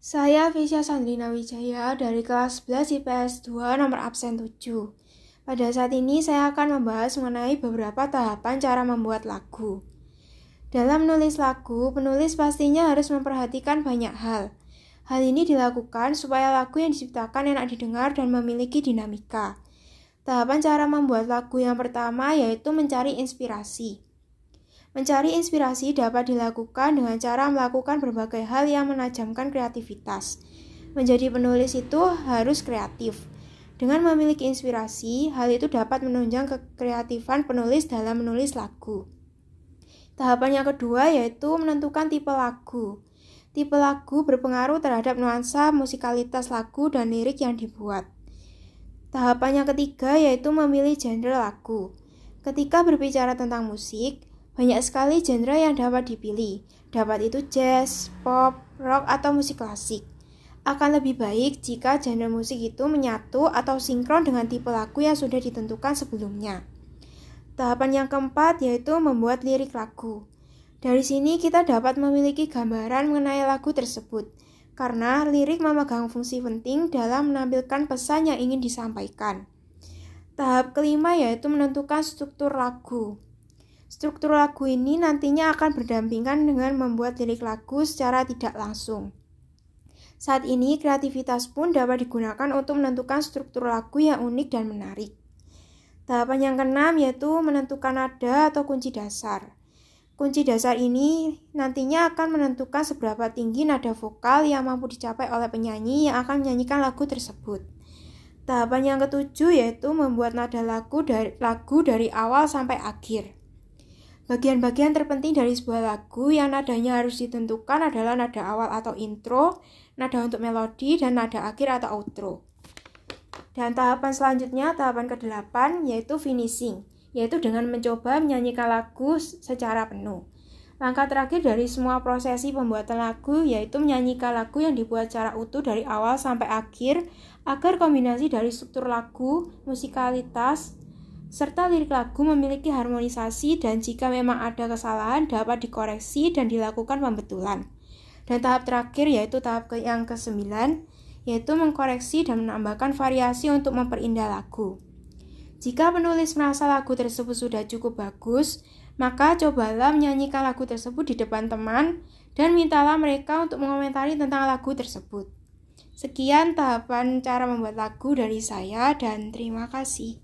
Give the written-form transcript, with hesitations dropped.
Saya Visya Sandrina Wijaya dari kelas 11 IPS 2 nomor absen 7. Pada saat ini saya akan membahas mengenai beberapa tahapan cara membuat lagu. Dalam menulis lagu, penulis pastinya harus memperhatikan banyak hal. Hal ini dilakukan supaya lagu yang diciptakan enak didengar dan memiliki dinamika. Tahapan cara membuat lagu yang pertama yaitu mencari inspirasi. Mencari inspirasi dapat dilakukan dengan cara melakukan berbagai hal yang menajamkan kreativitas. Menjadi penulis itu harus kreatif. Dengan memiliki inspirasi, hal itu dapat menunjang kekreatifan penulis dalam menulis lagu. Tahapan yang kedua yaitu menentukan tipe lagu. Tipe lagu berpengaruh terhadap nuansa, musikalitas lagu, dan lirik yang dibuat. Tahapan yang ketiga yaitu memilih genre lagu. Ketika berbicara tentang musik, banyak sekali genre yang dapat dipilih. Dapat itu jazz, pop, rock, atau musik klasik. Akan lebih baik jika genre musik itu menyatu atau sinkron dengan tipe lagu yang sudah ditentukan sebelumnya. Tahapan yang keempat yaitu membuat lirik lagu. Dari sini kita dapat memiliki gambaran mengenai lagu tersebut, karena lirik memegang fungsi penting dalam menampilkan pesan yang ingin disampaikan. Tahap kelima yaitu menentukan struktur lagu. Struktur lagu ini nantinya akan berdampingan dengan membuat lirik lagu secara tidak langsung. Saat ini, kreativitas pun dapat digunakan untuk menentukan struktur lagu yang unik dan menarik. Tahapan yang keenam yaitu menentukan nada atau kunci dasar. Kunci dasar ini nantinya akan menentukan seberapa tinggi nada vokal yang mampu dicapai oleh penyanyi yang akan menyanyikan lagu tersebut. Tahapan yang ketujuh yaitu membuat nada lagu dari awal sampai akhir. Bagian-bagian terpenting dari sebuah lagu yang nadanya harus ditentukan adalah nada awal atau intro, nada untuk melodi, dan nada akhir atau outro. Dan tahapan selanjutnya, tahapan ke-8, yaitu finishing, yaitu dengan mencoba menyanyikan lagu secara penuh. Langkah terakhir dari semua prosesi pembuatan lagu yaitu menyanyikan lagu yang dibuat secara utuh dari awal sampai akhir agar kombinasi dari struktur lagu, musikalitas, serta lirik lagu memiliki harmonisasi dan jika memang ada kesalahan dapat dikoreksi dan dilakukan pembetulan. Dan tahap terakhir yaitu tahap yang ke-9 yaitu mengkoreksi dan menambahkan variasi untuk memperindah lagu. Jika penulis merasa lagu tersebut sudah cukup bagus, maka cobalah menyanyikan lagu tersebut di depan teman dan mintalah mereka untuk mengomentari tentang lagu tersebut. Sekian tahapan cara membuat lagu dari saya dan terima kasih.